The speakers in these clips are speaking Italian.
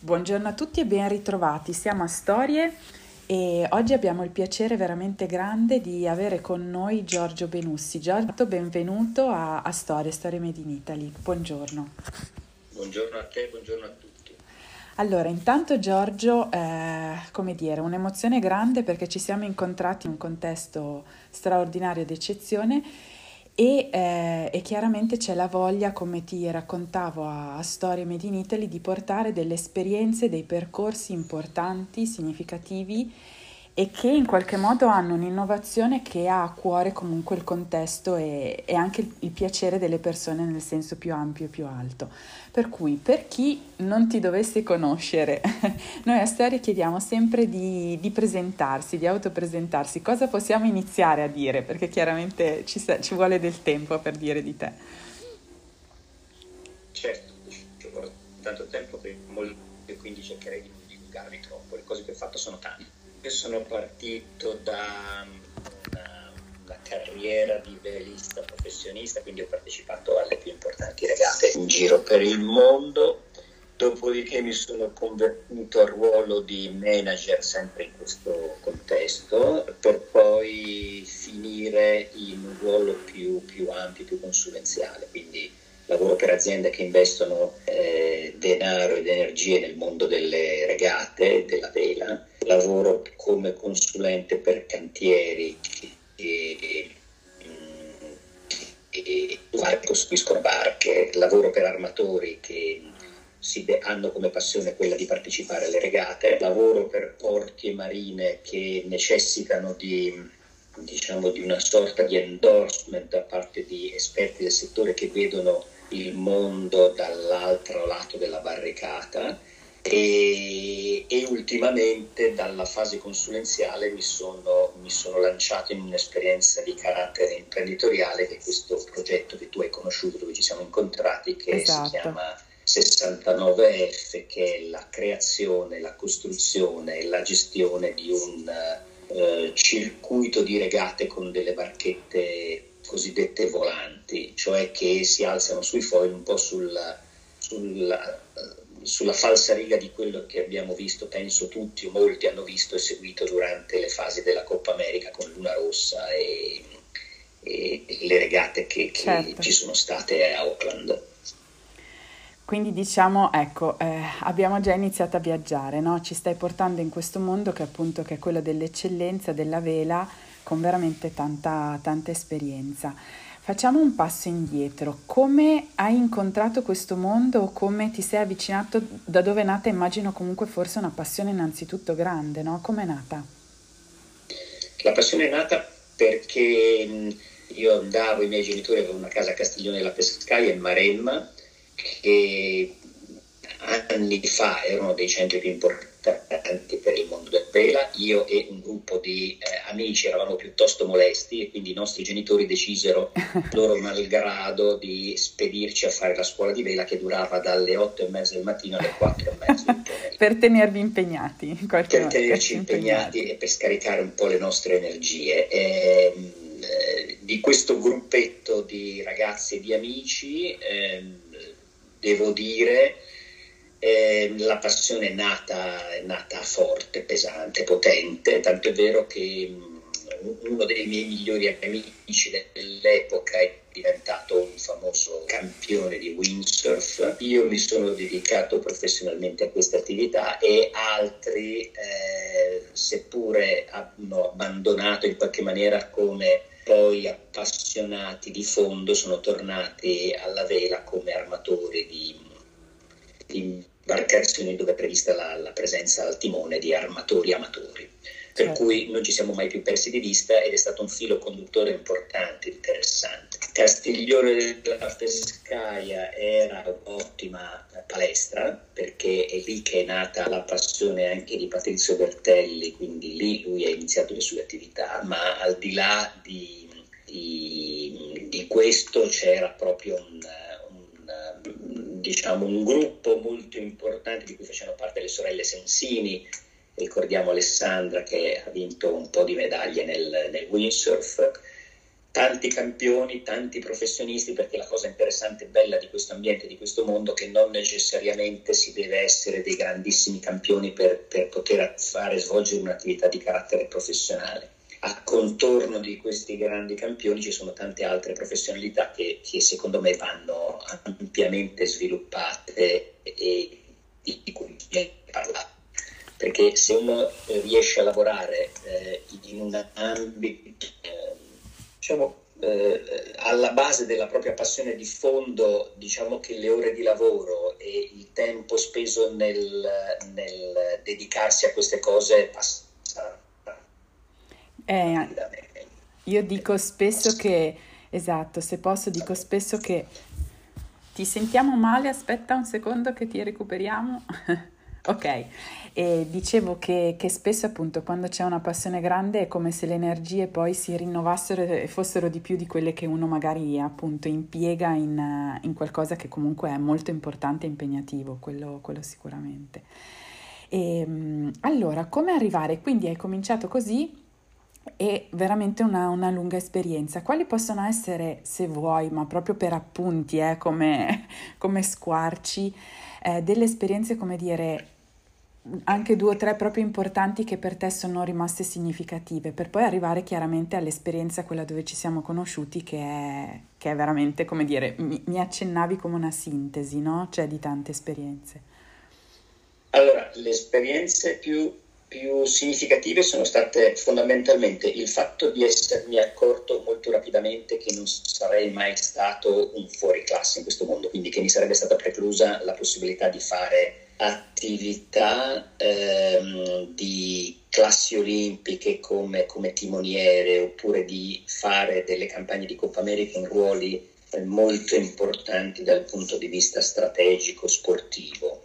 Buongiorno a tutti e ben ritrovati. Siamo a Storie e oggi abbiamo il piacere veramente grande di avere con noi Giorgio Benussi. Giorgio, benvenuto a Storie Made in Italy. Buongiorno. Buongiorno a te, buongiorno a tutti. Allora, intanto Giorgio, un'emozione grande perché ci siamo incontrati in un contesto straordinario d'eccezione e chiaramente c'è la voglia, come ti raccontavo a Storie Made in Italy, di portare delle esperienze, dei percorsi importanti, significativi e che in qualche modo hanno un'innovazione che ha a cuore comunque il contesto e anche il piacere delle persone nel senso più ampio e più alto. Per cui, per chi non ti dovesse conoscere, noi a Storie chiediamo sempre di presentarsi, di autopresentarsi. Cosa possiamo iniziare a dire? Perché chiaramente ci vuole del tempo per dire di te. Certo, ci vorrà tanto tempo e quindi cercherei di non dilungarmi troppo. Le cose che ho fatto sono tante. Io sono partito da una carriera di velista professionista, quindi ho partecipato alle più importanti regate in giro per il mondo. Dopodiché mi sono convertito al ruolo di manager sempre in questo contesto, per poi finire in un ruolo più ampio, più consulenziale, quindi lavoro per aziende che investono denaro ed energie nel mondo delle regate, della vela, lavoro come consulente per cantieri e costruiscono barche, lavoro per armatori che hanno come passione quella di partecipare alle regate, lavoro per porti e marine che necessitano di una sorta di endorsement da parte di esperti del settore che vedono il mondo dall'altro lato della barricata e ultimamente dalla fase consulenziale mi sono lanciato in un'esperienza di carattere imprenditoriale, che è questo progetto che tu hai conosciuto, dove ci siamo incontrati, che Esatto. si chiama 69F, che è la creazione, la costruzione e la gestione di un circuito di regate con delle barchette cosiddette volanti, cioè che si alzano sui fogli un po' sulla falsariga di quello che abbiamo visto, penso tutti o molti hanno visto e seguito durante le fasi della Coppa America con Luna Rossa e le regate che Certo. ci sono state a Auckland. Quindi diciamo, ecco, abbiamo già iniziato a viaggiare, no? Ci stai portando in questo mondo che appunto che è quello dell'eccellenza, della vela, con veramente tanta esperienza. Facciamo un passo indietro. Come hai incontrato questo mondo o come ti sei avvicinato? Da dove è nata? Immagino comunque forse una passione innanzitutto grande, no? Come è nata? La passione è nata perché io andavo, i miei genitori avevano una casa a Castiglione della Pescaia in Maremma, che anni fa erano dei centri più importanti per il mondo della vela. Io e un gruppo di amici eravamo piuttosto molesti e quindi i nostri genitori decisero, loro malgrado, di spedirci a fare la scuola di vela, che durava dalle 8:30 del mattino alle 4:30 del pomeriggio. Per tenervi impegnati, in qualche Per modo. tenerci impegnati e per scaricare un po' le nostre energie. Di questo gruppetto di ragazzi e di amici devo dire la passione è nata forte, pesante, potente, tanto è vero che uno dei miei migliori amici dell'epoca è diventato un famoso campione di windsurf. Io mi sono dedicato professionalmente a questa attività e altri, seppure hanno abbandonato in qualche maniera, come poi appassionati di fondo, sono tornati alla vela come armatori di imbarcazioni dove è prevista la presenza al timone di armatori amatori. Per cui non ci siamo mai più persi di vista ed è stato un filo conduttore importante, interessante. Castiglione della Pescaia era un'ottima palestra, perché è lì che è nata la passione anche di Patrizio Bertelli, quindi lì lui ha iniziato le sue attività, ma al di là di questo c'era proprio un gruppo molto importante di cui facevano parte le sorelle Sensini. Ricordiamo Alessandra, che ha vinto un po' di medaglie nel windsurf, tanti campioni, tanti professionisti, perché la cosa interessante e bella di questo ambiente, di questo mondo, che non necessariamente si deve essere dei grandissimi campioni per poter svolgere un'attività di carattere professionale. A contorno di questi grandi campioni ci sono tante altre professionalità che secondo me vanno ampiamente sviluppate e di cui viene parlato. Perché se uno riesce a lavorare in un ambito, diciamo, alla base della propria passione di fondo, diciamo che le ore di lavoro e il tempo speso nel dedicarsi a queste cose passa. Io dico spesso che, esatto, se posso dico spesso che ti sentiamo male, aspetta un secondo che ti recuperiamo. Ok, e dicevo che spesso appunto quando c'è una passione grande è come se le energie poi si rinnovassero e fossero di più di quelle che uno magari appunto impiega in qualcosa che comunque è molto importante e impegnativo, quello sicuramente. Allora, come arrivare? Quindi hai cominciato così e veramente una lunga esperienza. Quali possono essere, se vuoi, ma proprio per appunti, come squarci, delle esperienze, come dire, anche 2 o 3 proprio importanti che per te sono rimaste significative, per poi arrivare chiaramente all'esperienza, quella dove ci siamo conosciuti, che è veramente, come dire, mi accennavi come una sintesi, no? Cioè di tante esperienze. Allora, le esperienze più significative sono state fondamentalmente il fatto di essermi accorto molto rapidamente che non sarei mai stato un fuoriclasse in questo mondo, quindi che mi sarebbe stata preclusa la possibilità di fare attività di classi olimpiche come timoniere, oppure di fare delle campagne di Coppa America in ruoli molto importanti dal punto di vista strategico sportivo.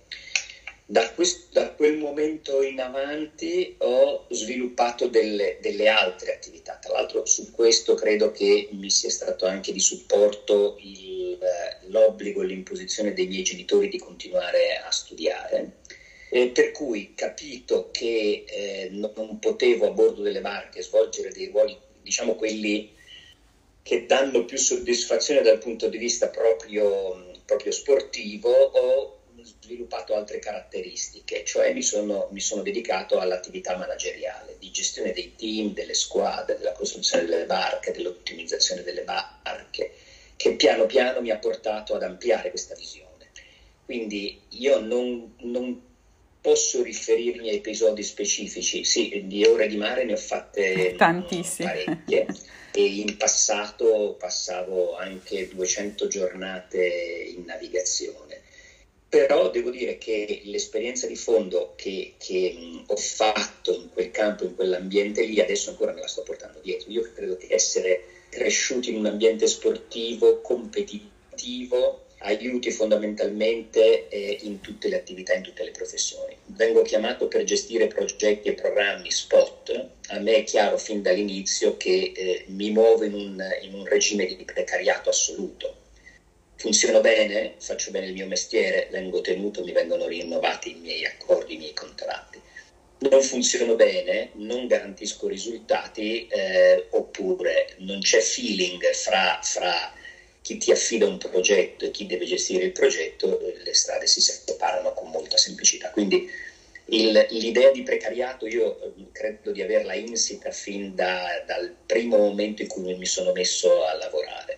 Da quel momento in avanti ho sviluppato delle altre attività. Tra l'altro su questo credo che mi sia stato anche di supporto l'obbligo e l'imposizione dei miei genitori di continuare a studiare. Per cui, capito che non potevo a bordo delle barche svolgere dei ruoli, diciamo quelli che danno più soddisfazione dal punto di vista proprio sportivo, ho sviluppato altre caratteristiche, cioè mi sono dedicato all'attività manageriale, di gestione dei team, delle squadre, della costruzione delle barche, dell'ottimizzazione delle barche, che piano piano mi ha portato ad ampliare questa visione. Quindi io non posso riferirmi a episodi specifici, sì, di ore di mare ne ho fatte parecchie, e in passato passavo anche 200 giornate in navigazione. Però devo dire che l'esperienza di fondo che ho fatto in quel campo, in quell'ambiente lì, adesso ancora me la sto portando dietro. Io credo che essere cresciuti in un ambiente sportivo, competitivo, aiuti fondamentalmente in tutte le attività, in tutte le professioni. Vengo chiamato per gestire progetti e programmi spot. A me è chiaro fin dall'inizio che mi muovo in un regime di precariato assoluto. Funziono bene, faccio bene il mio mestiere, vengo tenuto, mi vengono rinnovati i miei accordi, i miei contratti. Non funziono bene, non garantisco risultati, oppure non c'è feeling fra chi ti affida un progetto e chi deve gestire il progetto, le strade si separano con molta semplicità. Quindi l'idea di precariato io credo di averla insita fin dal primo momento in cui mi sono messo a lavorare.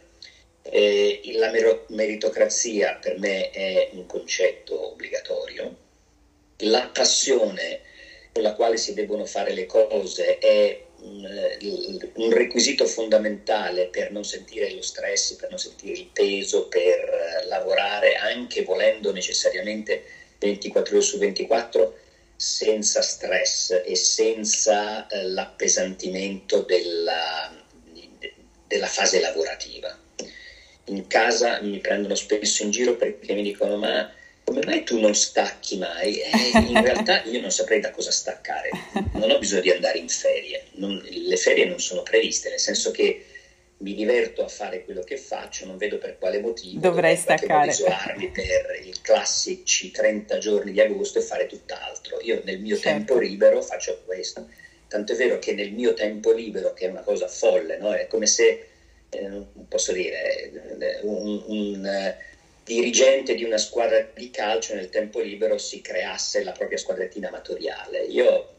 La meritocrazia per me è un concetto obbligatorio. La passione con la quale si devono fare le cose è un requisito fondamentale per non sentire lo stress, per non sentire il peso, per lavorare anche volendo necessariamente 24 ore su 24 senza stress e senza l'appesantimento della fase lavorativa. In casa mi prendono spesso in giro perché mi dicono: ma come mai tu non stacchi mai? In realtà io non saprei da cosa staccare, non ho bisogno di andare in ferie, le ferie non sono previste, nel senso che mi diverto a fare quello che faccio, non vedo per quale motivo dovrei staccare, isolarmi per i classici 30 giorni di agosto e fare tutt'altro. Io nel mio tempo libero faccio questo, tanto è vero che nel mio tempo libero, che è una cosa folle, no? È come se non posso dire, un dirigente di una squadra di calcio nel tempo libero si creasse la propria squadrettina amatoriale. Io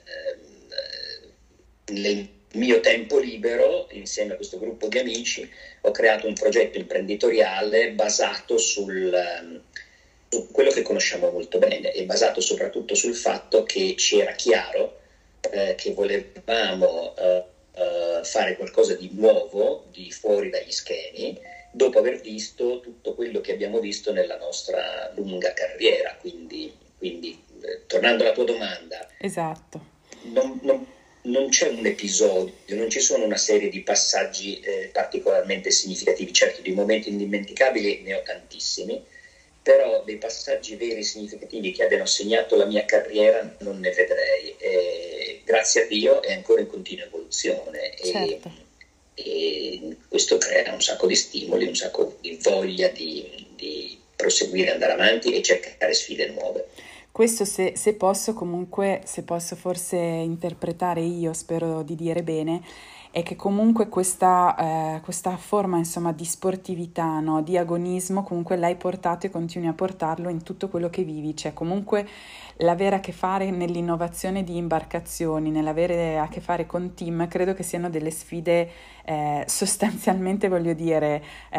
nel mio tempo libero, insieme a questo gruppo di amici, ho creato un progetto imprenditoriale basato su quello che conosciamo molto bene e basato soprattutto sul fatto che ci era chiaro che volevamo fare qualcosa di nuovo, di fuori dagli schemi, dopo aver visto tutto quello che abbiamo visto nella nostra lunga carriera. Quindi tornando alla tua domanda, Esatto. non c'è un episodio, non ci sono una serie di passaggi particolarmente significativi. Certo, di momenti indimenticabili ne ho tantissimi, però dei passaggi veri e significativi che abbiano segnato la mia carriera non ne vedrei. Grazie a Dio è ancora in continua evoluzione. Certo. E questo crea un sacco di stimoli, un sacco di voglia di proseguire, andare avanti e cercare sfide nuove. Questo se posso comunque, se posso forse interpretare io, spero di dire bene, è che comunque questa forma insomma di sportività, no? Di agonismo, comunque l'hai portato e continui a portarlo in tutto quello che vivi, cioè comunque l'avere a che fare nell'innovazione di imbarcazioni, nell'avere a che fare con team, credo che siano delle sfide sostanzialmente, voglio dire,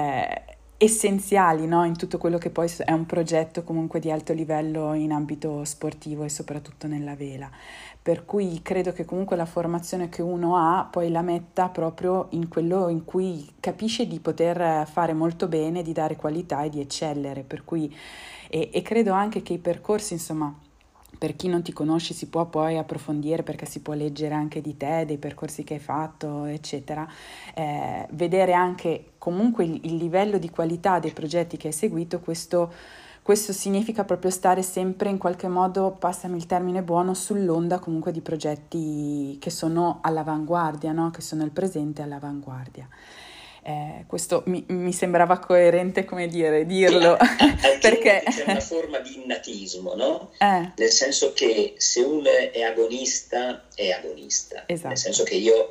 essenziali, no? In tutto quello che poi è un progetto comunque di alto livello in ambito sportivo e soprattutto nella vela. Per cui credo che comunque la formazione che uno ha poi la metta proprio in quello in cui capisce di poter fare molto bene, di dare qualità e di eccellere. Per cui, e credo anche che i percorsi, insomma, per chi non ti conosce si può poi approfondire perché si può leggere anche di te, dei percorsi che hai fatto, eccetera, vedere anche comunque il livello di qualità dei progetti che hai seguito. Questo significa proprio stare sempre in qualche modo, passami il termine buono, sull'onda comunque di progetti che sono all'avanguardia, no? Che sono il presente all'avanguardia. Questo mi sembrava coerente, come dire, dirlo, perché c'è una forma di innatismo, no? Nel senso che se uno è agonista, è agonista. Esatto. Nel senso che io,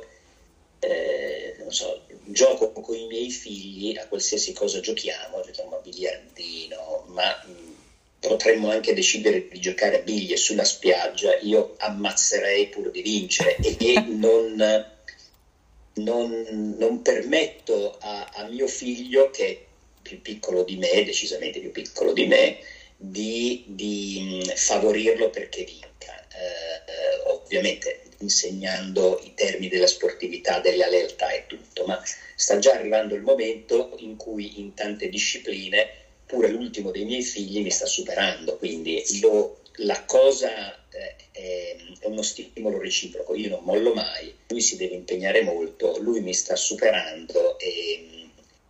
non so, gioco con i miei figli a qualsiasi cosa giochiamo a biliardino, ma potremmo anche decidere di giocare a biglie sulla spiaggia, io ammazzerei pur di vincere e non permetto a mio figlio, che è più piccolo di me, decisamente più piccolo di me, di favorirlo perché vinca. Ovviamente insegnando i termini della sportività, della lealtà e tutto, ma sta già arrivando il momento in cui in tante discipline pure l'ultimo dei miei figli mi sta superando, quindi la cosa è uno stimolo reciproco, io non mollo mai, lui si deve impegnare molto, lui mi sta superando e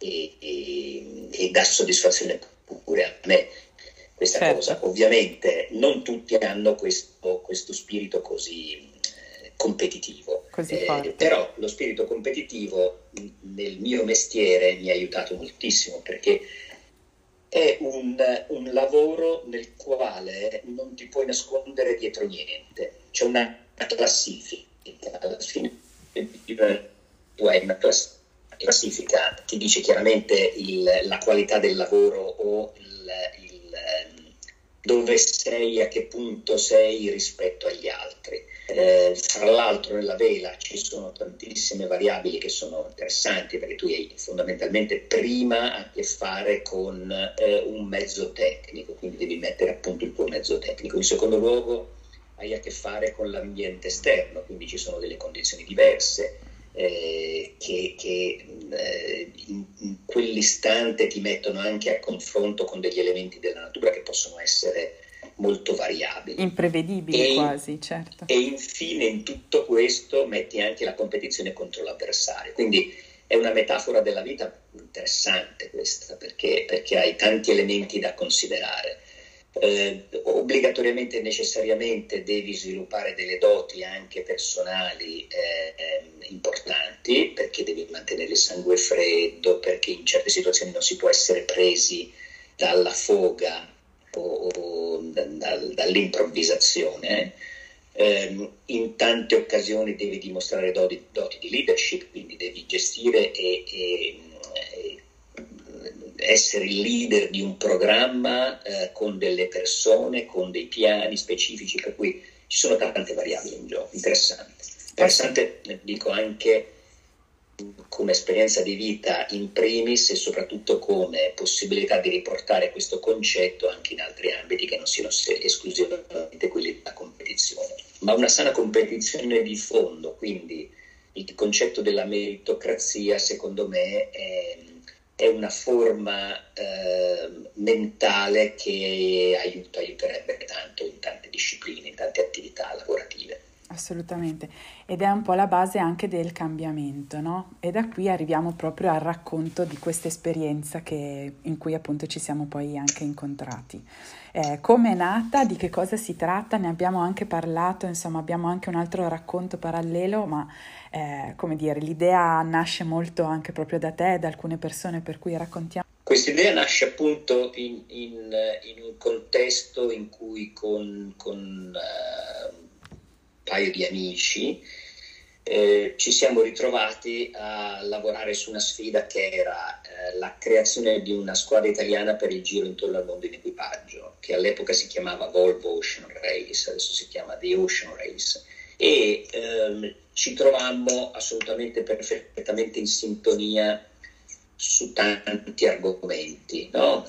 dà soddisfazione pure a me questa certo. cosa. Ovviamente non tutti hanno questo spirito così competitivo, però lo spirito competitivo nel mio mestiere mi ha aiutato moltissimo, perché è un lavoro nel quale non ti puoi nascondere dietro niente, c'è una classifica, alla fine tu hai una classifica, ti dice chiaramente la qualità del lavoro o dove sei, a che punto sei rispetto agli altri. Fra l'altro nella vela ci sono tantissime variabili che sono interessanti, perché tu hai fondamentalmente prima a che fare con un mezzo tecnico, quindi devi mettere a punto il tuo mezzo tecnico. In secondo luogo hai a che fare con l'ambiente esterno, quindi ci sono delle condizioni diverse che in quell'istante ti mettono anche a confronto con degli elementi della natura che possono essere molto variabili, imprevedibili quasi, certo. E infine in tutto questo metti anche la competizione contro l'avversario, quindi è una metafora della vita interessante questa, perché hai tanti elementi da considerare. Obbligatoriamente e necessariamente devi sviluppare delle doti anche personali importanti, perché devi mantenere il sangue freddo, perché in certe situazioni non si può essere presi dalla foga o dall'improvvisazione, in tante occasioni devi dimostrare doti di leadership, quindi devi gestire e essere il leader di un programma con delle persone, con dei piani specifici, per cui ci sono tante variabili in gioco. Interessante, dico anche come esperienza di vita in primis e soprattutto come possibilità di riportare questo concetto anche in altri ambiti che non siano esclusivamente quelli della competizione, ma una sana competizione di fondo. Quindi il concetto della meritocrazia, secondo me, è una forma mentale che aiuterebbe tanto in tante discipline, in tante attività lavorative. Assolutamente, ed è un po' la base anche del cambiamento, no? E da qui arriviamo proprio al racconto di questa esperienza in cui appunto ci siamo poi anche incontrati. Come è nata, di che cosa si tratta, ne abbiamo anche parlato, insomma abbiamo anche un altro racconto parallelo, ma come dire, l'idea nasce molto anche proprio da te e da alcune persone, per cui raccontiamo. Questa idea nasce appunto in un contesto in cui con un paio di amici ci siamo ritrovati a lavorare su una sfida che era la creazione di una squadra italiana per il giro intorno al mondo in equipaggio, che all'epoca si chiamava Volvo Ocean Race, adesso si chiama The Ocean Race, e ci trovammo assolutamente perfettamente in sintonia su tanti argomenti, no?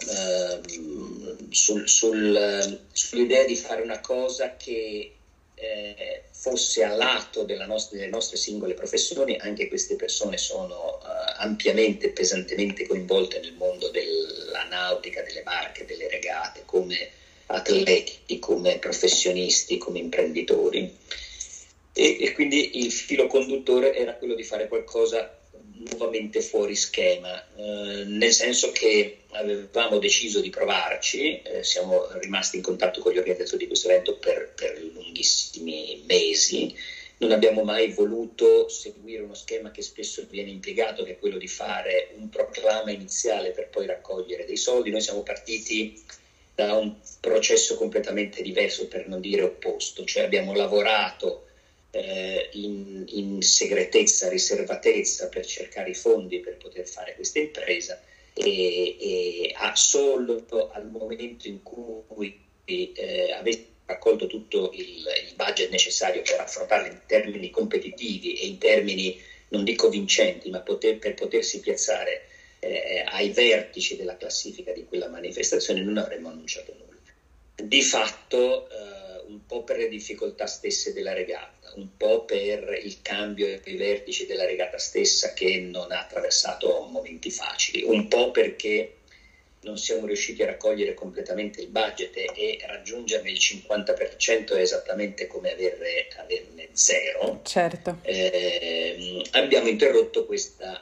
Sull'idea di fare una cosa che fosse a lato delle nostre singole professioni. Anche queste persone sono ampiamente, pesantemente coinvolte nel mondo della nautica, delle barche, delle regate, come atleti, come professionisti, come imprenditori, e quindi il filo conduttore era quello di fare qualcosa nuovamente fuori schema, nel senso che avevamo deciso di provarci, siamo rimasti in contatto con gli organizzatori di questo evento per lunghissimi mesi, non abbiamo mai voluto seguire uno schema che spesso viene impiegato, che è quello di fare un proclama iniziale per poi raccogliere dei soldi. Noi siamo partiti da un processo completamente diverso, per non dire opposto, cioè abbiamo lavorato in segretezza, riservatezza, per cercare i fondi per poter fare questa impresa, e solo al momento in cui avete raccolto tutto il budget necessario per affrontarla in termini competitivi e in termini, non dico vincenti, ma per potersi piazzare ai vertici della classifica di quella manifestazione, non avremmo annunciato nulla. Di fatto, un po' per le difficoltà stesse della regata, un po' per il cambio ai vertici della regata stessa, che non ha attraversato momenti facili, un po' perché non siamo riusciti a raccogliere completamente il budget, e raggiungerne il 50% è esattamente come averne zero. Certo. Abbiamo interrotto questa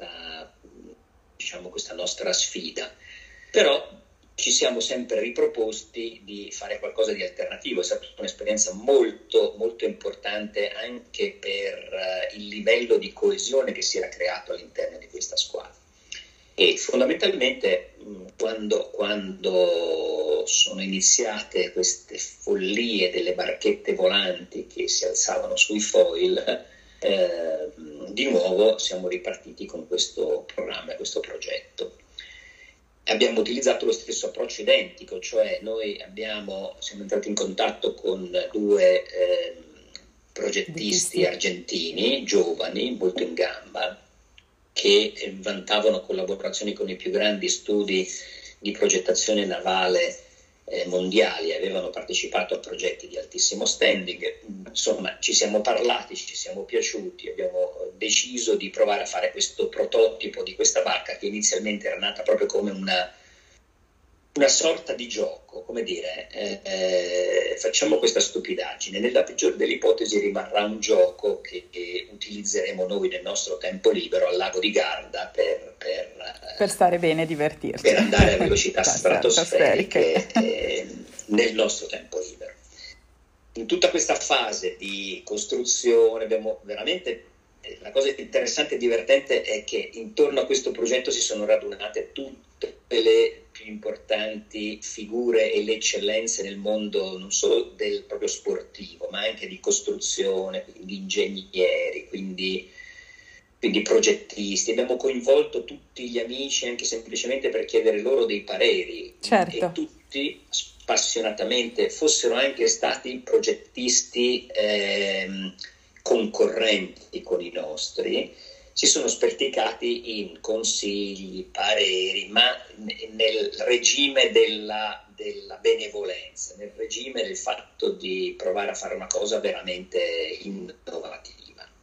nostra sfida, però ci siamo sempre riproposti di fare qualcosa di alternativo. È stata un'esperienza molto, molto importante anche per il livello di coesione che si era creato all'interno di questa squadra. E fondamentalmente quando sono iniziate queste follie delle barchette volanti che si alzavano sui foil, di nuovo siamo ripartiti con questo programma, questo progetto. Abbiamo utilizzato lo stesso approccio identico, cioè noi siamo entrati in contatto con due progettisti argentini, giovani, molto in gamba, che vantavano collaborazioni con i più grandi studi di progettazione navale mondiali, avevano partecipato a progetti di altissimo standing. Insomma, ci siamo parlati, ci siamo piaciuti, abbiamo deciso di provare a fare questo prototipo di questa barca, che inizialmente era nata proprio come una sorta di gioco, come dire, facciamo questa stupidaggine, nella peggiore delle ipotesi rimarrà un gioco che utilizzeremo noi nel nostro tempo libero al lago di Garda per stare bene e divertirci, per andare a velocità stratosferiche nel nostro tempo libero. In tutta questa fase di costruzione abbiamo veramente, la cosa interessante e divertente è che intorno a questo progetto si sono radunate tutte le più importanti figure e le eccellenze nel mondo non solo del proprio sportivo, ma anche di costruzione, quindi ingegneri, quindi progettisti. Abbiamo coinvolto tutti gli amici anche semplicemente per chiedere loro dei pareri, Certo. e tutti spassionatamente, fossero anche stati progettisti concorrenti con i nostri, si sono sperticati in consigli, pareri, ma nel regime della benevolenza, nel regime del fatto di provare a fare una cosa veramente innovativa.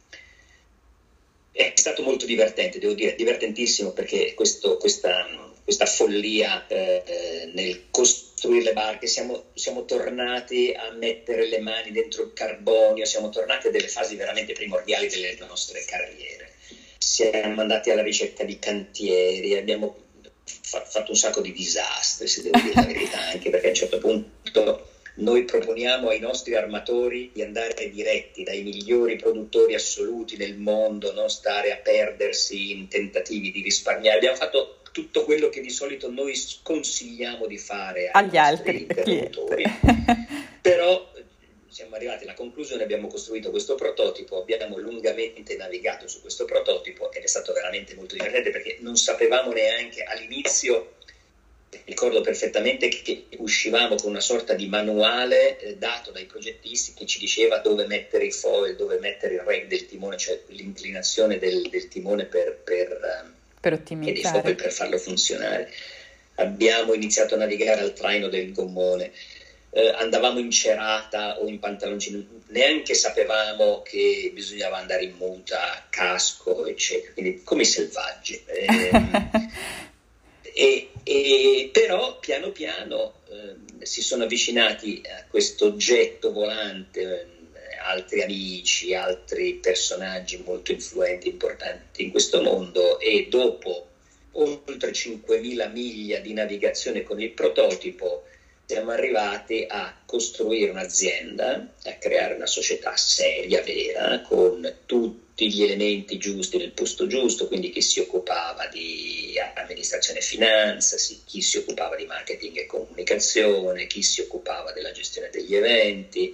È stato molto divertente, devo dire, divertentissimo, perché questa follia nel costruire le barche, siamo tornati a mettere le mani dentro il carbonio, siamo tornati a delle fasi veramente primordiali delle nostre carriere. Siamo andati alla ricerca di cantieri, abbiamo fatto un sacco di disastri, se devo dire la verità, anche perché a un certo punto noi proponiamo ai nostri armatori di andare diretti dai migliori produttori assoluti nel mondo, non stare a perdersi in tentativi di risparmiare. Abbiamo fatto tutto quello che di solito noi sconsigliamo di fare agli altri produttori. Però siamo arrivati alla conclusione, abbiamo costruito questo prototipo, abbiamo lungamente navigato su questo prototipo ed è stato veramente molto divertente, perché non sapevamo neanche all'inizio. Ricordo perfettamente che uscivamo con una sorta di manuale dato dai progettisti che ci diceva dove mettere i foil, dove mettere il reg del timone, cioè l'inclinazione del timone per ottimizzare, e dei foil per farlo funzionare. Abbiamo iniziato a navigare al traino del gommone, andavamo in cerata o in pantaloncini, neanche sapevamo che bisognava andare in muta, casco, eccetera, quindi come i selvaggi. Però piano piano si sono avvicinati a questo oggetto volante altri amici, altri personaggi molto influenti, importanti in questo mondo, e dopo oltre 5.000 miglia di navigazione con il prototipo siamo arrivati a costruire un'azienda, a creare una società seria, vera, con tutti gli elementi giusti nel posto giusto, quindi chi si occupava di amministrazione e finanza, chi si occupava di marketing e comunicazione, chi si occupava della gestione degli eventi,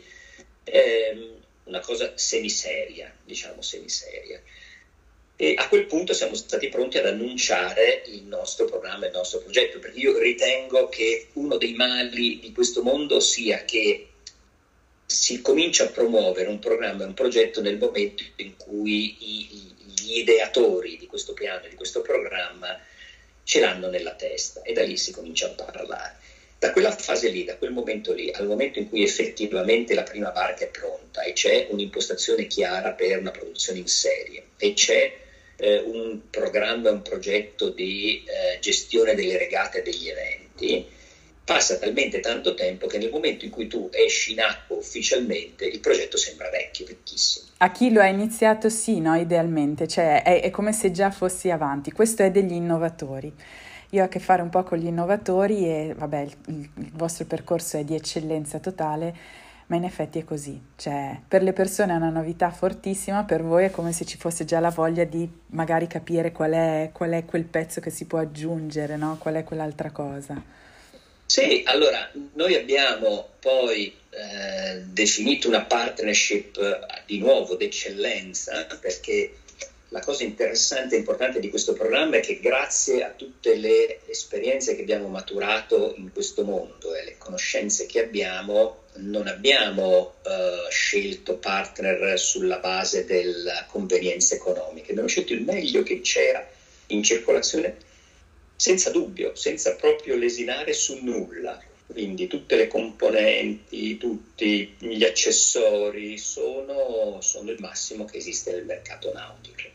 una cosa semiseria, diciamo semiseria. E a quel punto siamo stati pronti ad annunciare il nostro programma, il nostro progetto, perché io ritengo che uno dei mali di questo mondo sia che si comincia a promuovere un programma e un progetto nel momento in cui gli ideatori di questo piano e di questo programma ce l'hanno nella testa, e da lì si comincia a parlare. Da quella fase lì, da quel momento lì, al momento in cui effettivamente la prima barca è pronta e c'è un'impostazione chiara per una produzione in serie e c'è un programma, un progetto di gestione delle regate e degli eventi, passa talmente tanto tempo che nel momento in cui tu esci in acqua ufficialmente il progetto sembra vecchio, vecchissimo. A chi lo ha iniziato sì, no, idealmente, cioè è come se già fossi avanti. Questo è degli innovatori. Io ho a che fare un po' con gli innovatori e vabbè, il vostro percorso è di eccellenza totale, ma in effetti è così. Cioè, per le persone è una novità fortissima, per voi è come se ci fosse già la voglia di magari capire qual è quel pezzo che si può aggiungere, no? Qual è quell'altra cosa. Sì, allora, noi abbiamo poi definito una partnership di nuovo d'eccellenza, perché la cosa interessante e importante di questo programma è che grazie a tutte le esperienze che abbiamo maturato in questo mondo e le conoscenze che abbiamo, non abbiamo scelto partner sulla base della convenienza economica, abbiamo scelto il meglio che c'era in circolazione, senza dubbio, senza proprio lesinare su nulla. Quindi tutte le componenti, tutti gli accessori sono il massimo che esiste nel mercato nautico.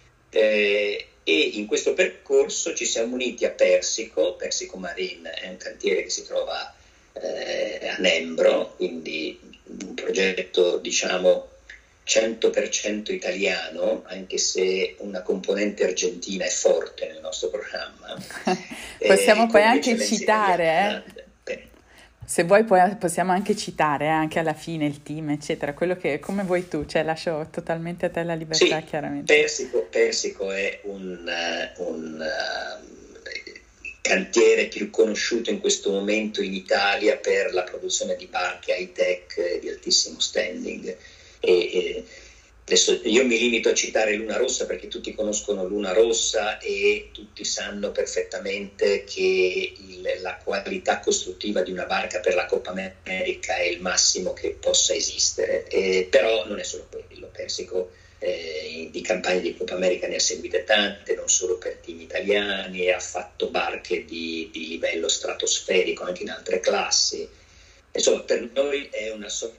E in questo percorso ci siamo uniti a Persico Marine, è un cantiere che si trova a Nembro, quindi un progetto diciamo 100% italiano, anche se una componente argentina è forte nel nostro programma. Possiamo poi anche citare, se vuoi possiamo anche citare anche alla fine il team, eccetera, quello che come vuoi tu, cioè lascio totalmente a te la libertà, sì, chiaramente. Persico è un cantiere più conosciuto in questo momento in Italia per la produzione di barche high-tech di altissimo standing. Adesso io mi limito a citare Luna Rossa perché tutti conoscono Luna Rossa e tutti sanno perfettamente che la qualità costruttiva di una barca per la Coppa America è il massimo che possa esistere, però non è solo quello. Persico di campagne di Coppa America ne ha seguite tante, non solo per team italiani, e ha fatto barche di livello stratosferico anche in altre classi. Insomma, per noi è una sorta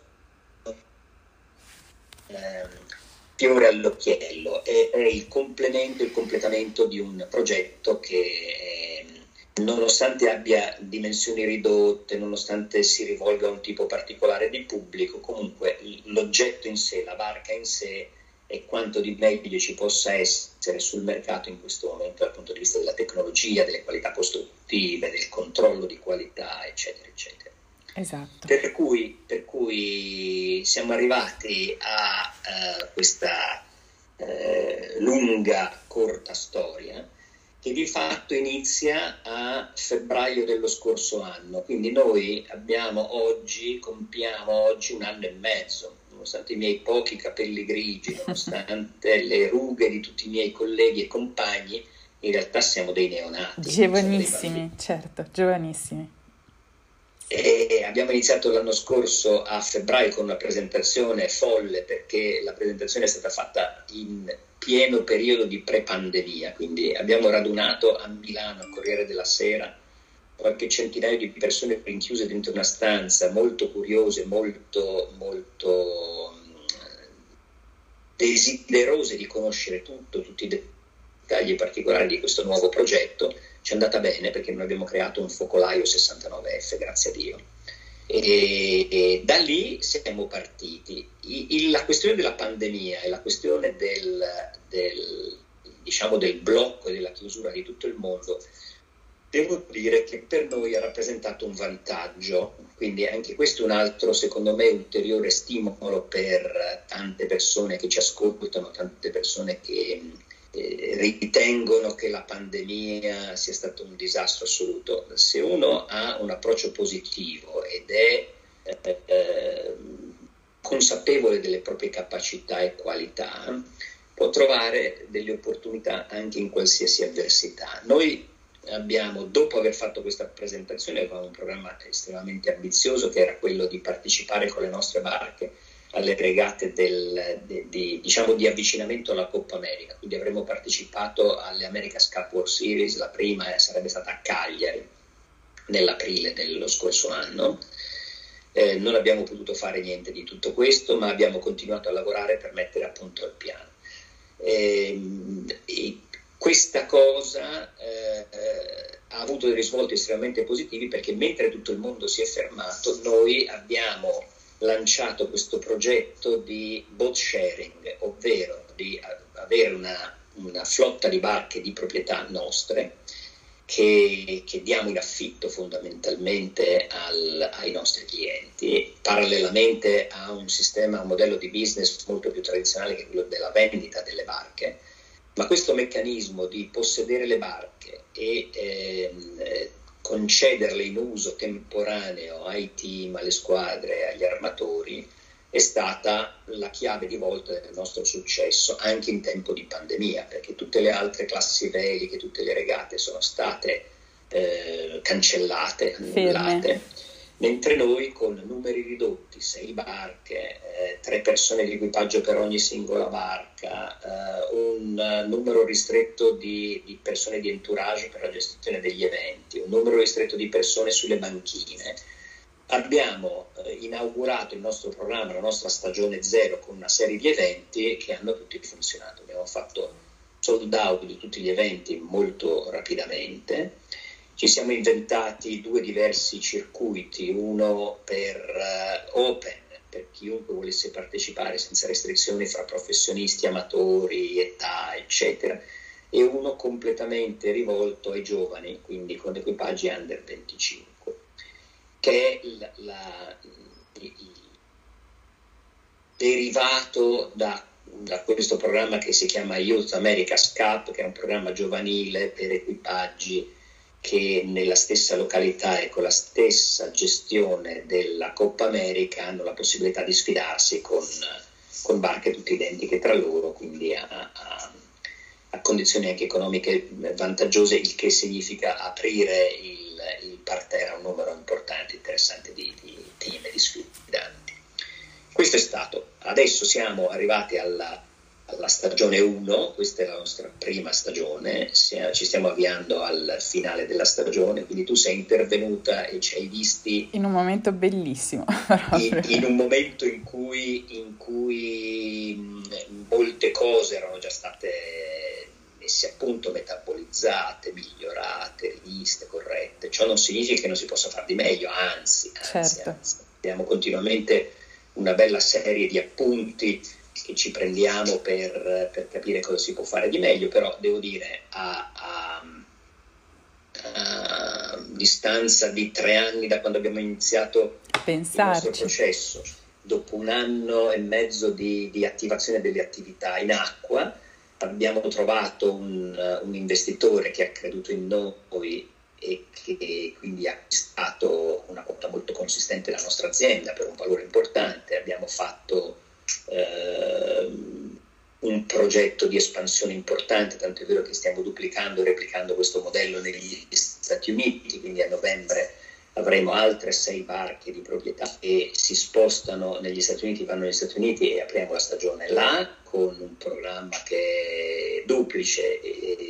fiore all'occhiello, è il completamento di un progetto che nonostante abbia dimensioni ridotte, nonostante si rivolga a un tipo particolare di pubblico, comunque l'oggetto in sé, la barca in sé, è quanto di meglio ci possa essere sul mercato in questo momento dal punto di vista della tecnologia, delle qualità costruttive, del controllo di qualità, eccetera, eccetera. Esatto. Per cui siamo arrivati a questa lunga, corta storia che di fatto inizia a febbraio dello scorso anno. Quindi noi compiamo oggi un anno e mezzo, nonostante i miei pochi capelli grigi, nonostante le rughe di tutti i miei colleghi e compagni, in realtà siamo dei neonati. Giovanissimi, certo, giovanissimi. E abbiamo iniziato l'anno scorso a febbraio con una presentazione folle, perché la presentazione è stata fatta in pieno periodo di pre-pandemia, quindi abbiamo radunato a Milano, al Corriere della Sera, qualche centinaio di persone rinchiuse dentro una stanza, molto curiose, molto desiderose di conoscere tutti i dettagli particolari di questo nuovo progetto. Ci è andata bene perché noi abbiamo creato un focolaio 69F, grazie a Dio. E da lì siamo partiti. La questione della pandemia e la questione del blocco e della chiusura di tutto il mondo, devo dire che per noi ha rappresentato un vantaggio, quindi anche questo è un altro, secondo me, ulteriore stimolo per tante persone che ci ascoltano, tante persone che ritengono che la pandemia sia stato un disastro assoluto. Se uno ha un approccio positivo ed è consapevole delle proprie capacità e qualità, può trovare delle opportunità anche in qualsiasi avversità. Noi abbiamo, dopo aver fatto questa presentazione, avevamo un programma estremamente ambizioso che era quello di partecipare con le nostre barche alle regate di avvicinamento alla Coppa America. Quindi avremmo partecipato alle America's Cup World Series, la prima sarebbe stata a Cagliari nell'aprile dello scorso anno. Non abbiamo potuto fare niente di tutto questo, ma abbiamo continuato a lavorare per mettere a punto il piano. E questa cosa ha avuto dei risvolti estremamente positivi, perché mentre tutto il mondo si è fermato, noi abbiamo lanciato questo progetto di boat sharing, ovvero di avere una flotta di barche di proprietà nostre che diamo in affitto fondamentalmente ai nostri clienti, parallelamente a un modello di business molto più tradizionale che è quello della vendita delle barche. Ma questo meccanismo di possedere le barche e concederle in uso temporaneo ai team, alle squadre, agli armatori, è stata la chiave di volta del nostro successo anche in tempo di pandemia, perché tutte le altre classi veliche, tutte le regate sono state cancellate, annullate, mentre noi con numeri ridotti, 6 barche, 3 persone di equipaggio per ogni singola barca, un numero ristretto di persone di entourage per la gestione degli eventi, un numero ristretto di persone sulle banchine, abbiamo inaugurato il nostro programma, la nostra stagione zero, con una serie di eventi che hanno tutti funzionato. Abbiamo fatto sold out di tutti gli eventi molto rapidamente. Ci siamo inventati 2 diversi circuiti, uno per open, per chiunque volesse partecipare senza restrizioni fra professionisti, amatori, età, eccetera, e uno completamente rivolto ai giovani, quindi con equipaggi under 25, che è il derivato da questo programma che si chiama Youth America's Cup, che è un programma giovanile per equipaggi che nella stessa località e con la stessa gestione della Coppa America hanno la possibilità di sfidarsi con barche tutte identiche tra loro, quindi a condizioni anche economiche vantaggiose, il che significa aprire il parterre a un numero importante, interessante di team e di sfidanti. Questo è stato. Adesso siamo arrivati alla stagione 1, questa è la nostra prima stagione, ci stiamo avviando al finale della stagione, quindi tu sei intervenuta e ci hai visti in un momento bellissimo, in un momento in cui molte cose erano già state messe a punto, metabolizzate, migliorate, riviste, corrette. Ciò non significa che non si possa fare di meglio, anzi, abbiamo continuamente una bella serie di appunti che ci prendiamo per capire cosa si può fare di meglio, però devo dire a distanza di 3 anni da quando abbiamo iniziato il nostro processo, dopo 1 anno e mezzo di attivazione delle attività in acqua, abbiamo trovato un investitore che ha creduto in noi e che quindi ha acquistato una quota molto consistente della nostra azienda per un valore importante. Abbiamo fatto un progetto di espansione importante, tanto è vero che stiamo duplicando e replicando questo modello negli Stati Uniti, quindi a novembre avremo altre 6 barche di proprietà e si spostano negli Stati Uniti, vanno negli Stati Uniti e apriamo la stagione là con un programma che è duplice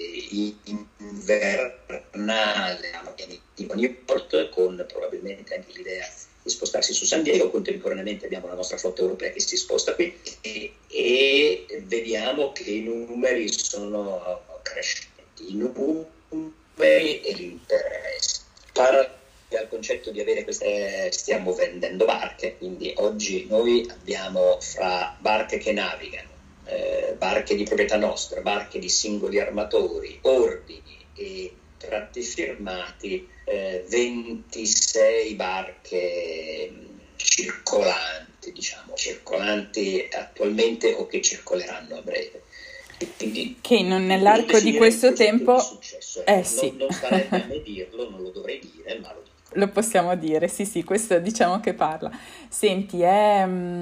invernale a Newport, con probabilmente anche l'idea di spostarsi su San Diego. Contemporaneamente abbiamo la nostra flotta europea che si sposta qui e vediamo che i numeri sono crescenti, i numeri e l'interesse. Al concetto di avere stiamo vendendo barche, quindi oggi noi abbiamo fra barche che navigano, barche di proprietà nostra, barche di singoli armatori, ordini e tratti firmati, 26 barche circolanti attualmente o che circoleranno a breve. Quindi, che nell'arco di questo tempo successo, sì. non sarebbe a me dirlo, non lo dovrei dire, ma lo possiamo dire, sì, questo diciamo che parla. Senti, è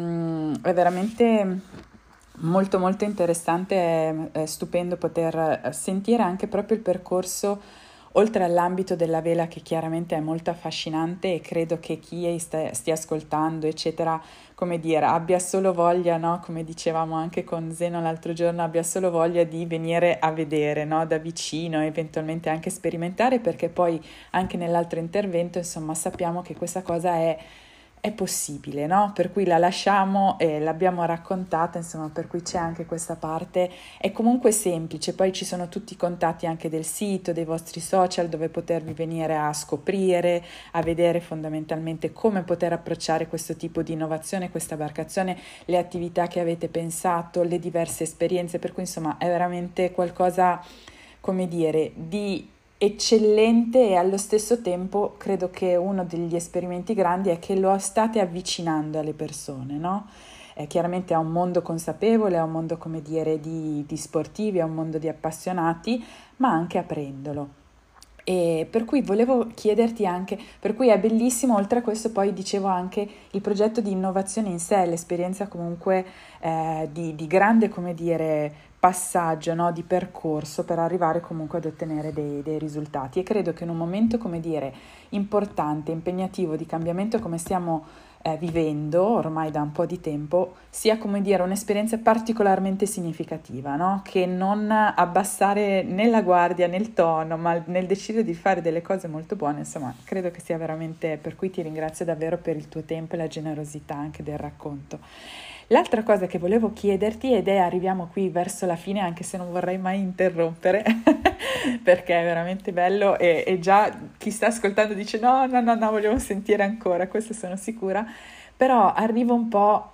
veramente molto molto interessante, è stupendo poter sentire anche proprio il percorso oltre all'ambito della vela, che chiaramente è molto affascinante, e credo che chi stia ascoltando eccetera, come dire, abbia solo voglia, no? Come dicevamo anche con Zeno l'altro giorno, abbia solo voglia di venire a vedere, no? Da vicino, eventualmente anche sperimentare, perché poi anche nell'altro intervento insomma sappiamo che questa cosa è possibile, no? Per cui la lasciamo e l'abbiamo raccontata, insomma, per cui c'è anche questa parte. È comunque semplice, poi ci sono tutti i contatti anche del sito, dei vostri social, dove potervi venire a scoprire, a vedere fondamentalmente come poter approcciare questo tipo di innovazione, questa barcazione, le attività che avete pensato, le diverse esperienze, per cui insomma è veramente qualcosa, come dire, di eccellente, e allo stesso tempo credo che uno degli esperimenti grandi è che lo state avvicinando alle persone, no? Chiaramente è un mondo consapevole, è un mondo, come dire, di sportivi, è un mondo di appassionati, ma anche aprendolo. E per cui volevo chiederti anche, per cui è bellissimo, oltre a questo poi dicevo anche il progetto di innovazione in sé, l'esperienza comunque di grande, come dire, passaggio, no? Di percorso per arrivare comunque ad ottenere dei risultati, e credo che in un momento, come dire, importante, impegnativo, di cambiamento come stiamo vivendo ormai da un po' di tempo, sia, come dire, un'esperienza particolarmente significativa, no? Che non abbassare né la guardia né il tono, ma nel decidere di fare delle cose molto buone, insomma, credo che sia veramente, per cui ti ringrazio davvero per il tuo tempo e la generosità anche del racconto. L'altra cosa che volevo chiederti, ed arriviamo qui verso la fine, anche se non vorrei mai interrompere, perché è veramente bello, e già chi sta ascoltando dice no, vogliamo sentire ancora, questo sono sicura, però arrivo un po'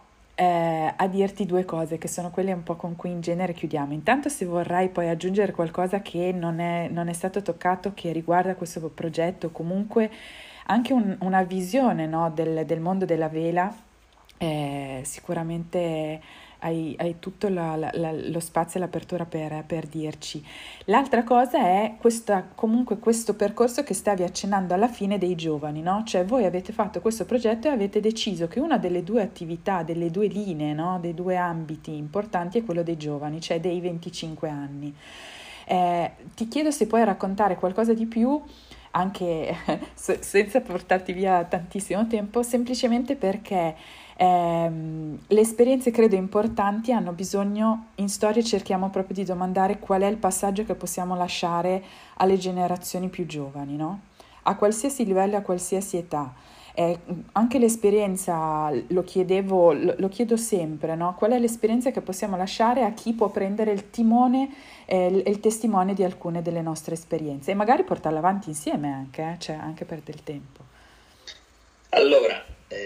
a dirti 2 cose, che sono quelle un po' con cui in genere chiudiamo. Intanto, se vorrai poi aggiungere qualcosa che non è stato toccato, che riguarda questo progetto, comunque anche una visione, no, del mondo della vela, sicuramente hai tutto lo spazio e l'apertura per dirci. L'altra cosa è comunque questo percorso che stavi accennando alla fine dei giovani, no? Cioè voi avete fatto questo progetto e avete deciso che una delle due attività, delle due linee, no? Dei due ambiti importanti è quello dei giovani, cioè dei 25 anni. Ti chiedo se puoi raccontare qualcosa di più, anche senza portarti via tantissimo tempo, semplicemente perché le esperienze credo importanti hanno bisogno, in storia cerchiamo proprio di domandare qual è il passaggio che possiamo lasciare alle generazioni più giovani, no? A qualsiasi livello, a qualsiasi età. Anche l'esperienza, lo chiedo sempre, no? Qual è l'esperienza che possiamo lasciare a chi può prendere il timone e il testimone di alcune delle nostre esperienze e magari portarla avanti insieme anche, cioè anche per del tempo. Allora,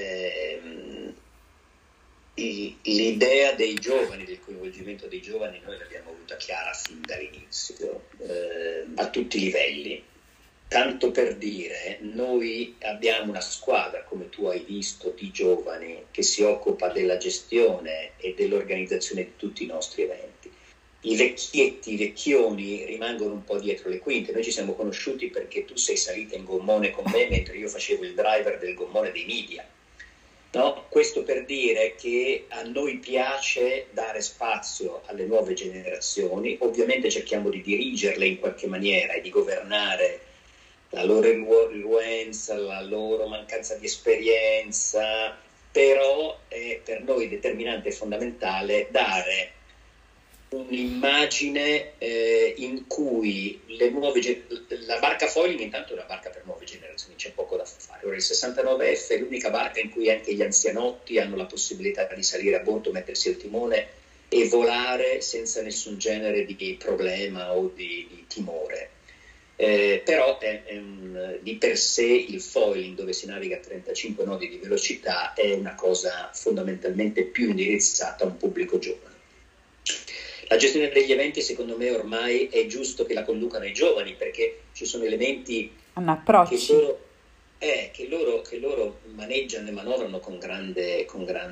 l'idea dei giovani, del coinvolgimento dei giovani, noi l'abbiamo avuta chiara fin dall'inizio, a tutti i livelli. Tanto per dire, noi abbiamo una squadra, come tu hai visto, di giovani che si occupa della gestione e dell'organizzazione di tutti i nostri eventi. I vecchietti, i vecchioni rimangono un po' dietro le quinte. Noi ci siamo conosciuti perché tu sei salita in gommone con me mentre io facevo il driver del gommone dei media. No? Questo per dire che a noi piace dare spazio alle nuove generazioni, ovviamente cerchiamo di dirigerle in qualche maniera e di governare la loro influenza, la loro mancanza di esperienza, però è per noi determinante e fondamentale dare un'immagine in cui la barca foiling intanto è una barca per nuove generazioni, c'è poco da fare. Ora il 69F è l'unica barca in cui anche gli anzianotti hanno la possibilità di salire a bordo, mettersi al timone e volare senza nessun genere di problema o di timore. Però di per sé il foiling, dove si naviga a 35 nodi di velocità, è una cosa fondamentalmente più indirizzata a un pubblico giovane. La gestione degli eventi, secondo me, ormai è giusto che la conducano i giovani, perché ci sono elementi che loro maneggiano e manovrano con grande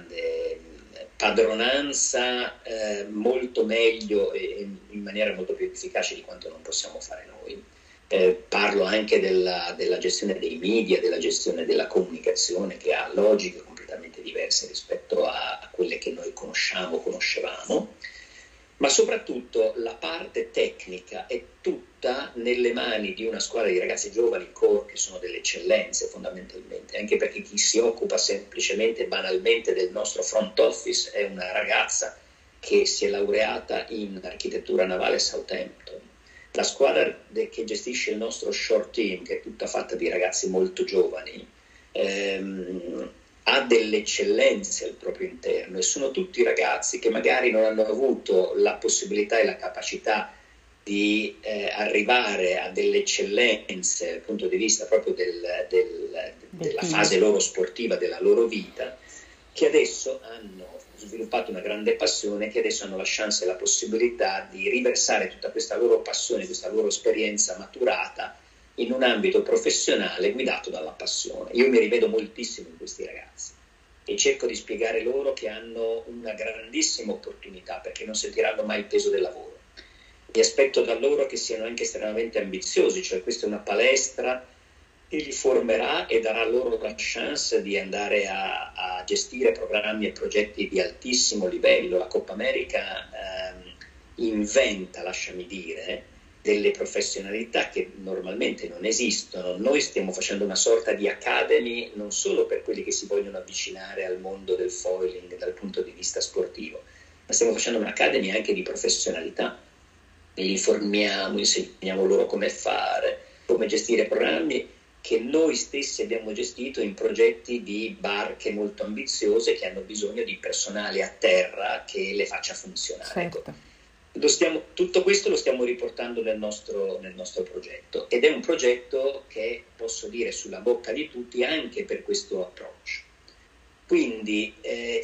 padronanza, molto meglio e in maniera molto più efficace di quanto non possiamo fare noi. Parlo anche della gestione dei media, della gestione della comunicazione, che ha logiche completamente diverse rispetto a quelle che noi conoscevamo, ma soprattutto la parte tecnica è tutta nelle mani di una squadra di ragazzi giovani che sono delle eccellenze fondamentalmente, anche perché chi si occupa semplicemente, banalmente, del nostro front office è una ragazza che si è laureata in architettura navale a Southampton. La squadra che gestisce il nostro short team, che è tutta fatta di ragazzi molto giovani, ha delle eccellenze al proprio interno e sono tutti ragazzi che magari non hanno avuto la possibilità e la capacità di arrivare a delle eccellenze dal punto di vista proprio della fase loro sportiva, della loro vita, che adesso hanno sviluppato una grande passione, che adesso hanno la chance e la possibilità di riversare tutta questa loro passione, questa loro esperienza maturata in un ambito professionale guidato dalla passione. Io mi rivedo moltissimo in questi ragazzi e cerco di spiegare loro che hanno una grandissima opportunità, perché non sentiranno mai il peso del lavoro. Mi aspetto da loro che siano anche estremamente ambiziosi, cioè questa è una palestra che li formerà e darà loro la chance di andare a gestire programmi e progetti di altissimo livello. La Coppa America inventa, lasciami dire, delle professionalità che normalmente non esistono. Noi stiamo facendo una sorta di academy non solo per quelli che si vogliono avvicinare al mondo del foiling dal punto di vista sportivo, ma stiamo facendo un'academy anche di professionalità. Li formiamo, insegniamo loro come fare, come gestire programmi che noi stessi abbiamo gestito in progetti di barche molto ambiziose che hanno bisogno di personale a terra che le faccia funzionare. Certo. Tutto questo lo stiamo riportando nel nostro progetto, ed è un progetto che posso dire sulla bocca di tutti anche per questo approccio. Quindi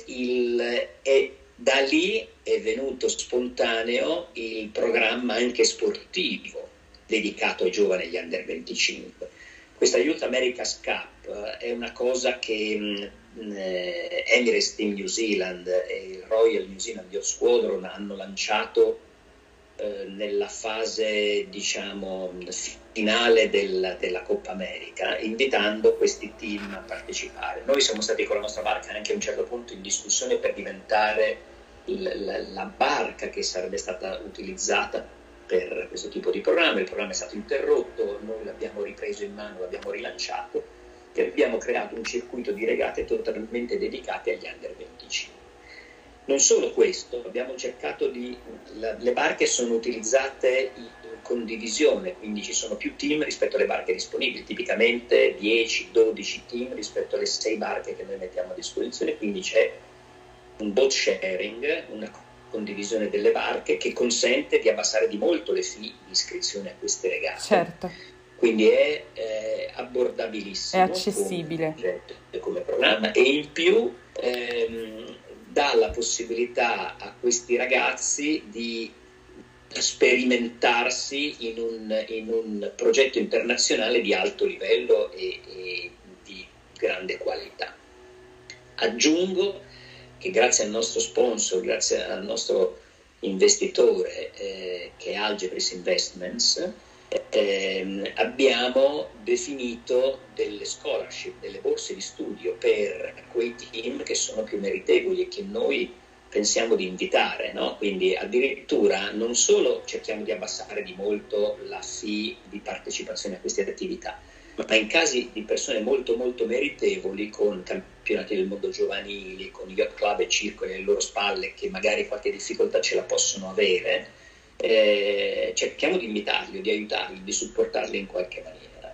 da lì è venuto spontaneo il programma anche sportivo dedicato ai giovani, agli under 25. Questa Youth America's Cup è una cosa che Emirates Team New Zealand e il Royal New Zealand Yacht Squadron hanno lanciato nella fase, diciamo, finale della Coppa America, invitando questi team a partecipare. Noi siamo stati con la nostra barca anche a un certo punto in discussione per diventare la barca che sarebbe stata utilizzata per questo tipo di programma. Il programma è stato interrotto, noi l'abbiamo ripreso in mano, l'abbiamo rilanciato e abbiamo creato un circuito di regate totalmente dedicate agli Under 25. Non solo questo, abbiamo cercato le barche sono utilizzate in condivisione, quindi ci sono più team rispetto alle barche disponibili, tipicamente 10-12 team rispetto alle 6 barche che noi mettiamo a disposizione, quindi c'è un boat sharing, una condivisione delle barche che consente di abbassare di molto le fee di iscrizione a queste regate. Certo. Quindi è abbordabilissimo, è accessibile come programma, e in più dà la possibilità a questi ragazzi di sperimentarsi in un progetto internazionale di alto livello e di grande qualità. Aggiungo che grazie al nostro sponsor, grazie al nostro investitore che è Algebris Investments, abbiamo definito delle scholarship, delle borse di studio per quei team che sono più meritevoli e che noi pensiamo di invitare, no? Quindi addirittura non solo cerchiamo di abbassare di molto la fee di partecipazione a queste attività, ma in casi di persone molto molto meritevoli, con campionati del mondo giovanili, con yacht club e circoli alle loro spalle che magari qualche difficoltà ce la possono avere, cerchiamo di invitarli, di aiutarli, di supportarli in qualche maniera,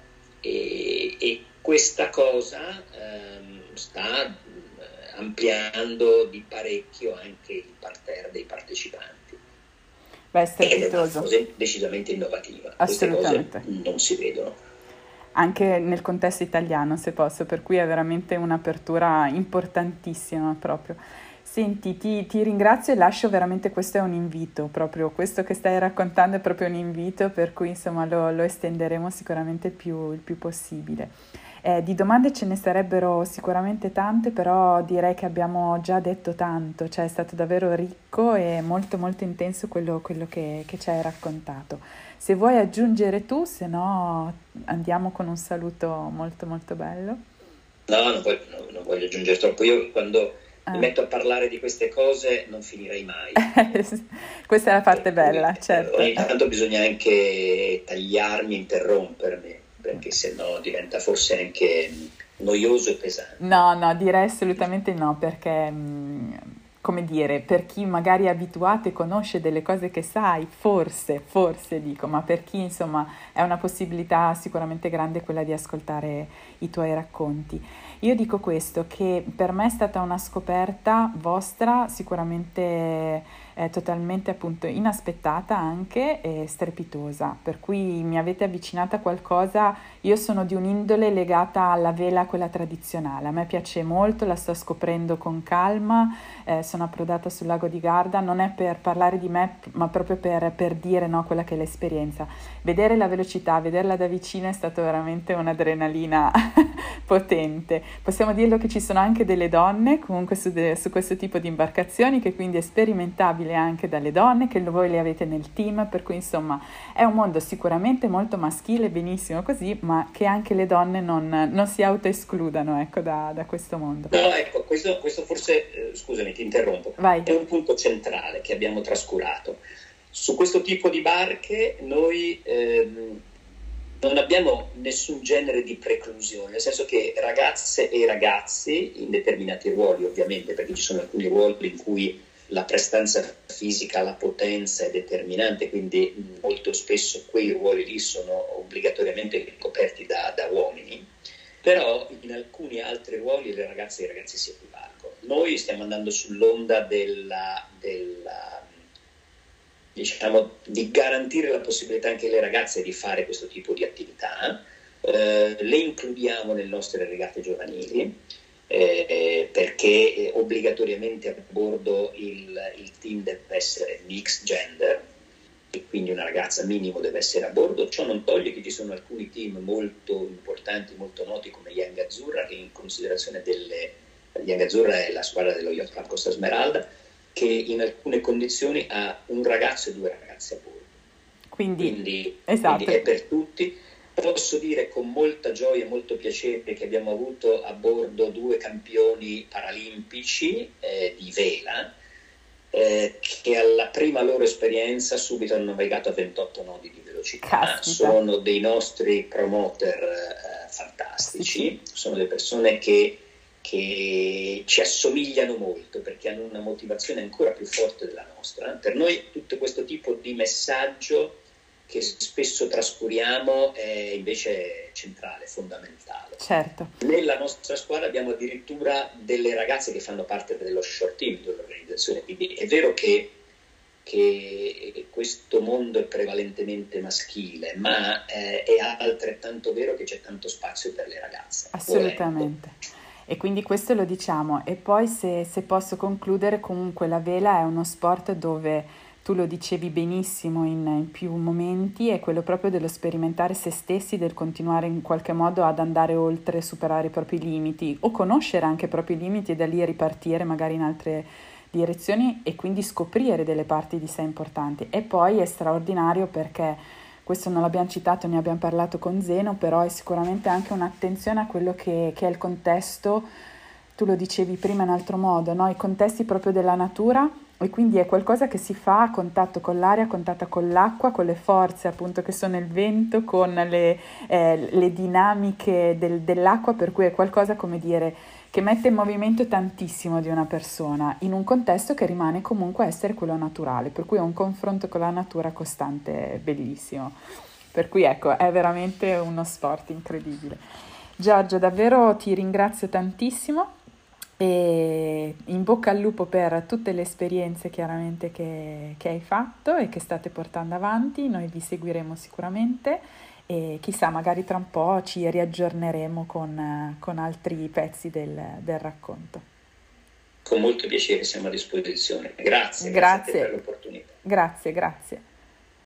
e questa cosa sta ampliando di parecchio anche il parterre dei partecipanti. Beh, è strepitoso. Ed è una cosa decisamente innovativa. Assolutamente. Queste cose non si vedono. Anche nel contesto italiano, se posso, per cui è veramente un'apertura importantissima proprio. Senti, ti ringrazio e lascio veramente, questo è un invito, proprio questo che stai raccontando è proprio un invito, per cui insomma lo estenderemo sicuramente il più possibile. Di domande ce ne sarebbero sicuramente tante, però direi che abbiamo già detto tanto, cioè è stato davvero ricco e molto molto intenso quello che ci hai raccontato. Se vuoi aggiungere tu, se no andiamo con un saluto molto molto bello. No, non voglio aggiungere troppo. Io quando mi metto a parlare di queste cose non finirei mai. Questa è la parte bella, certo. Ogni tanto bisogna anche tagliarmi, interrompermi, perché sennò diventa forse anche noioso e pesante. No, direi assolutamente no, perché come dire, per chi magari è abituato e conosce delle cose che sai, forse dico, ma per chi insomma è una possibilità sicuramente grande quella di ascoltare i tuoi racconti. Io dico questo, che per me è stata una scoperta vostra sicuramente totalmente appunto inaspettata anche e strepitosa, per cui mi avete avvicinata a qualcosa. Io sono di un'indole legata alla vela, quella tradizionale, a me piace molto, la sto scoprendo con calma, sono approdata sul lago di Garda, non è per parlare di me ma proprio per dire, no, quella che è l'esperienza. Vedere la velocità, vederla da vicino è stato veramente un'adrenalina potente. Possiamo dirlo che ci sono anche delle donne comunque su questo tipo di imbarcazioni, che quindi è sperimentabile anche dalle donne, che voi le avete nel team, per cui insomma è un mondo sicuramente molto maschile, benissimo così, ma che anche le donne non si autoescludano, ecco, da questo mondo. No, ecco, questo forse, scusami, ti interrompo, Vai. È un punto centrale che abbiamo trascurato. Su questo tipo di barche noi non abbiamo nessun genere di preclusione, nel senso che ragazze e ragazzi in determinati ruoli, ovviamente, perché ci sono alcuni ruoli in cui la prestanza fisica, la potenza è determinante, quindi molto spesso quei ruoli lì sono obbligatoriamente ricoperti da uomini, però in alcuni altri ruoli le ragazze e i ragazzi si equivalgono. Noi stiamo andando sull'onda diciamo, di garantire la possibilità anche alle ragazze di fare questo tipo di attività, le includiamo nelle nostre regate giovanili, perché obbligatoriamente a bordo il team deve essere mixed gender e quindi una ragazza minimo deve essere a bordo. Ciò non toglie che ci sono alcuni team molto importanti, molto noti come Young Azzurra, che in considerazione delle Biancazzurra è la squadra dello Yacht Club Costa Smeralda, che in alcune condizioni ha un ragazzo e due ragazze a bordo. Quindi esatto. è per tutti. Posso dire con molta gioia e molto piacere che abbiamo avuto a bordo 2 campioni paralimpici di vela, che alla prima loro esperienza subito hanno navigato a 28 nodi di velocità. Caspita. Sono dei nostri promoter fantastici, sono delle persone che ci assomigliano molto perché hanno una motivazione ancora più forte della nostra. Per noi tutto questo tipo di messaggio che spesso trascuriamo è invece centrale, fondamentale. Certo. Nella nostra squadra abbiamo addirittura delle ragazze che fanno parte dello short team dell'organizzazione, quindi è vero che questo mondo è prevalentemente maschile, ma è altrettanto vero che c'è tanto spazio per le ragazze. Assolutamente. E quindi questo lo diciamo. E poi se posso concludere, comunque la vela è uno sport dove tu lo dicevi benissimo in più momenti, è quello proprio dello sperimentare se stessi, del continuare in qualche modo ad andare oltre, superare i propri limiti o conoscere anche i propri limiti e da lì ripartire magari in altre direzioni e quindi scoprire delle parti di sé importanti. E poi è straordinario perché, questo non l'abbiamo citato, ne abbiamo parlato con Zeno, però è sicuramente anche un'attenzione a quello che è il contesto, tu lo dicevi prima in altro modo, no? I contesti proprio della natura, e quindi è qualcosa che si fa a contatto con l'aria, a contatto con l'acqua, con le forze appunto che sono il vento, con le dinamiche dell'acqua, per cui è qualcosa, come dire, che mette in movimento tantissimo di una persona in un contesto che rimane comunque essere quello naturale, per cui è un confronto con la natura costante, bellissimo. Per cui ecco, è veramente uno sport incredibile. Giorgio, davvero ti ringrazio tantissimo e in bocca al lupo per tutte le esperienze chiaramente che hai fatto e che state portando avanti. Noi vi seguiremo sicuramente e chissà, magari tra un po' ci riaggiorneremo con altri pezzi del racconto. Con molto piacere, siamo a disposizione. Grazie a te per l'opportunità. Grazie.